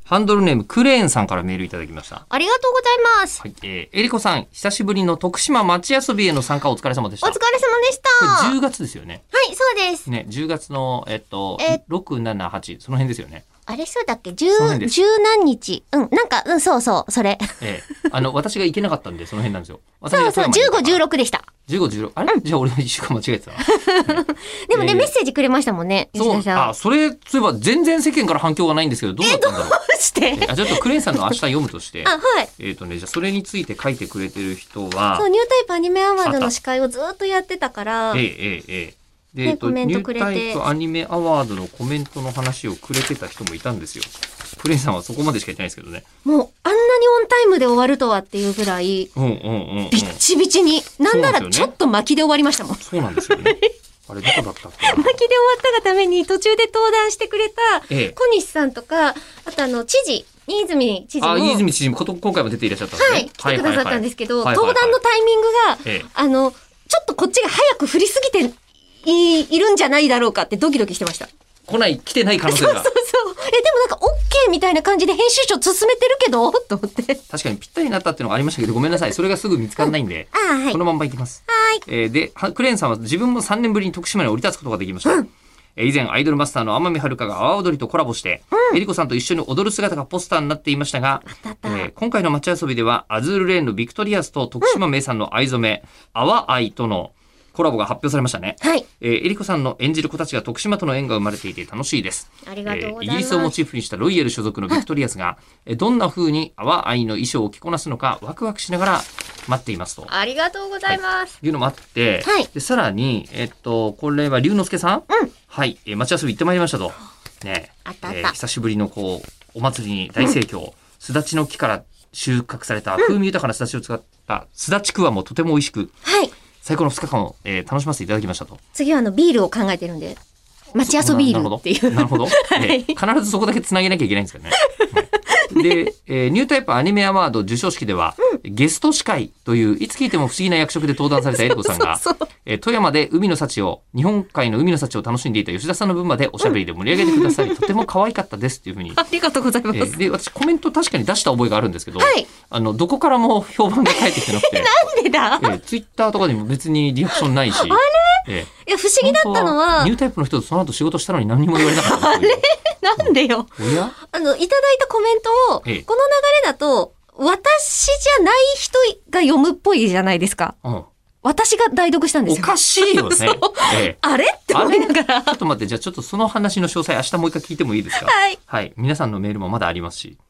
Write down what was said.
ハンドルネームクレーンさんからメールいただきました。 ありがとうございます。 はい、えりこさん、久しぶりの徳島町遊びへの参加お疲れ様でした。 お疲れ様でした。 これ10月ですよね。 はい、そうです。 ね、10月の、6、7、8、その辺ですよね。 あれそうだっけ十何日。なんか、そうそう、それ。 私が行けなかったんで、その辺なんですよ。 そうそう、15、16でした。 15、16。あれ、じゃあ俺は1週間間違えてた。 でもね、メッセージくれましたもんね、吉田さん。 そういえば全然世間から反響がないんですけど、どうだったんだろう。 どうして？ ちょっとクレーンさんの明日読むとして。 はい。 じゃあそれについて書いてくれてる人は。 そう、ニュータイプアニメアワードの司会をずっとやってたから。 で、 コメントくれてニュータイプアニメアワードのコメントの話をくれてた人もいたんですよ。クレイさんはそこまでしか言ってないですけどね。 もう、あんなにオンタイムで終わるとはっていうぐらい、ビッチビチに、なんならちょっと巻きで終わりましたもん。 そうなんですよね。あれどこだったっけな。 巻きで終わったがために途中で登壇してくれた小西さんとか、あと知事、新泉知事も。 新泉知事も今回も出ていらっしゃったんですね。 はい、来てくださったんですけど、登壇のタイミングが、ちょっとこっちが早く振りすぎているんじゃないだろうかってドキドキしてました。 来てない可能性が。 そう。でもなんか OK みたいな感じで編集長進めてるけどと思って。 確かにぴったりになったっていうのがありましたけど、ごめんなさい。それがすぐ見つからないんで、 はい、 このままいきます。 はい。 で、クレーンさんは自分も3年ぶりに徳島に降り立つことができました。以前アイドルマスターの天海遥が阿波踊りとコラボして、えりこさんと一緒に踊る姿がポスターになっていましたが、今回の街遊びではアズールレーンのビクトリアスと徳島名産の藍染め、阿波藍とのコラボが発表されましたね。 はい。 えりこさんの演じる子たちが徳島との縁が生まれていて楽しいです。 ありがとうございます。 イギリスをモチーフにしたロイヤル所属のビクトリアスが、どんな風に阿波藍の衣装を着こなすのかワクワクしながら待っていますと。 ありがとうございます。 いうのもあって、でさらに、これは龍之介さん、はい、街遊び行ってまいりましたと。ね、久しぶりのお祭りに大盛況。すだちの木から収穫された風味豊かなすだちを使ったすだちくわもとても美味しく。 はい。 最高の2日間を、楽しませていただきましたと。 次はビールを考えてるんで、街遊びビールっていう。 なるほど。必ずそこだけつなげなきゃいけないんですけどね。で、ニュータイプアニメアワード授賞式では、ゲスト司会といういつ聞いても不思議な役職で登壇されたえりこさんが、富山で日本海の海の幸を楽しんでいた吉田さんの分までおしゃべりで盛り上げてくださり、とても可愛かったですっていうふうに。 ありがとうございます。 で、私コメント確かに出した覚えがあるんですけど、どこからも評判が返ってきてなくて。 なんでだツイッターとかにも別にリアクションないし。 あれいや、不思議だったのは。 ニュータイプの人とその後仕事したのに何も言われなかった。 あれなんでよ。 おやいただいたコメントを、この流れだと、私じゃない人が読むっぽいじゃないですか。私が代読したんですよ。 おかしいよね。 あれって思いながら。 ちょっと待って、じゃあちょっとその話の詳細明日もう一回聞いてもいいですか？ はい。 はい。皆さんのメールもまだありますし。